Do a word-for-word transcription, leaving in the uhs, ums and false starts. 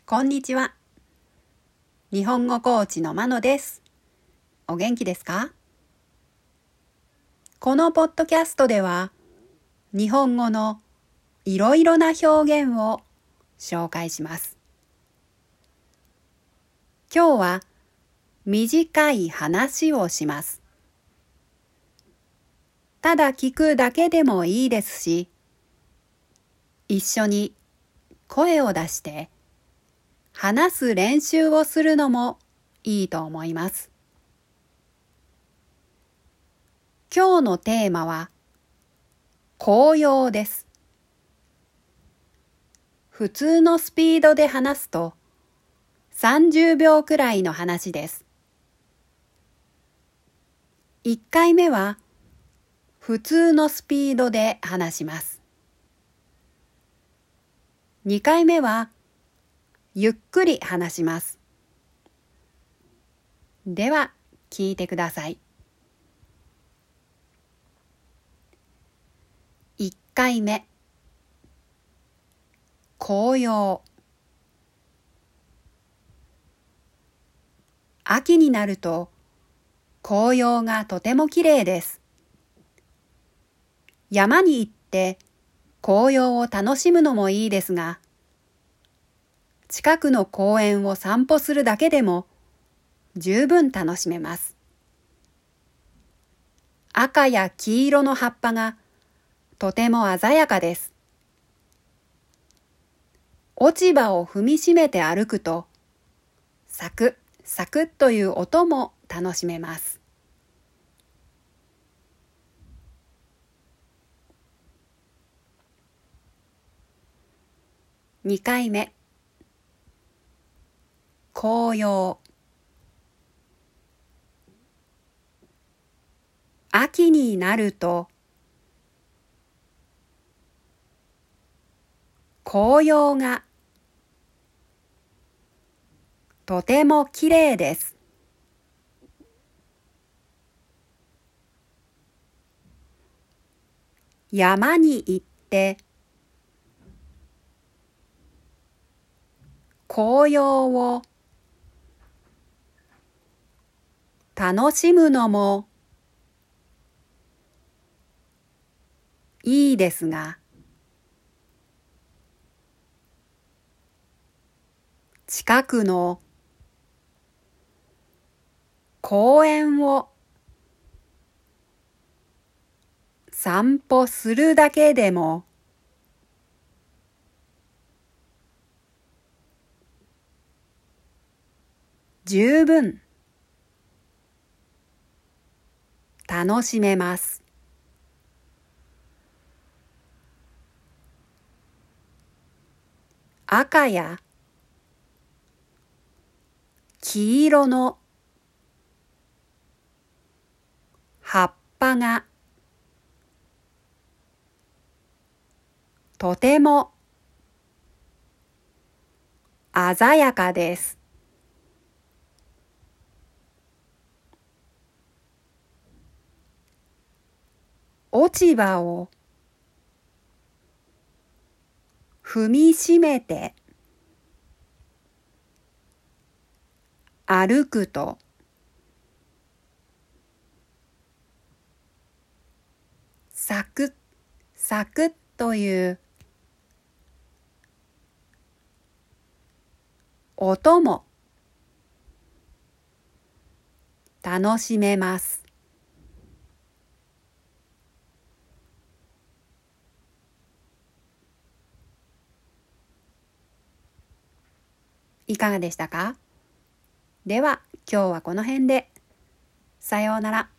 こんにちは。日本語コーチのまのです。お元気ですか？このポッドキャストでは、日本語のいろいろな表現を紹介します。今日は短い話をします。ただ聞くだけでもいいですし、一緒に声を出して話す練習をするのもいいと思います。今日のテーマは効用です。普通のスピードで話すとさんじゅうびょうくらいの話です。いっかいめは普通のスピードで話します。にかいめはゆっくり話します。では聞いてください。いっかいめ、紅葉。秋になると紅葉がとてもきれいです。山に行って紅葉を楽しむのもいいですが、近くの公園を散歩するだけでも十分楽しめます。赤や黄色の葉っぱがとても鮮やかです。落ち葉を踏みしめて歩くと、サクッサクッという音も楽しめます。にかいめ、紅葉。秋になると紅葉がとてもきれいです。山に行って紅葉を楽しむのもいいですが、近くの公園を散歩するだけでも十分楽しめます。赤や黄色の葉っぱがとても鮮やかです。落ち葉を踏みしめて歩くと、サクッサクッという音も楽しめます。いかがでしたか？では今日はこの辺で。さようなら。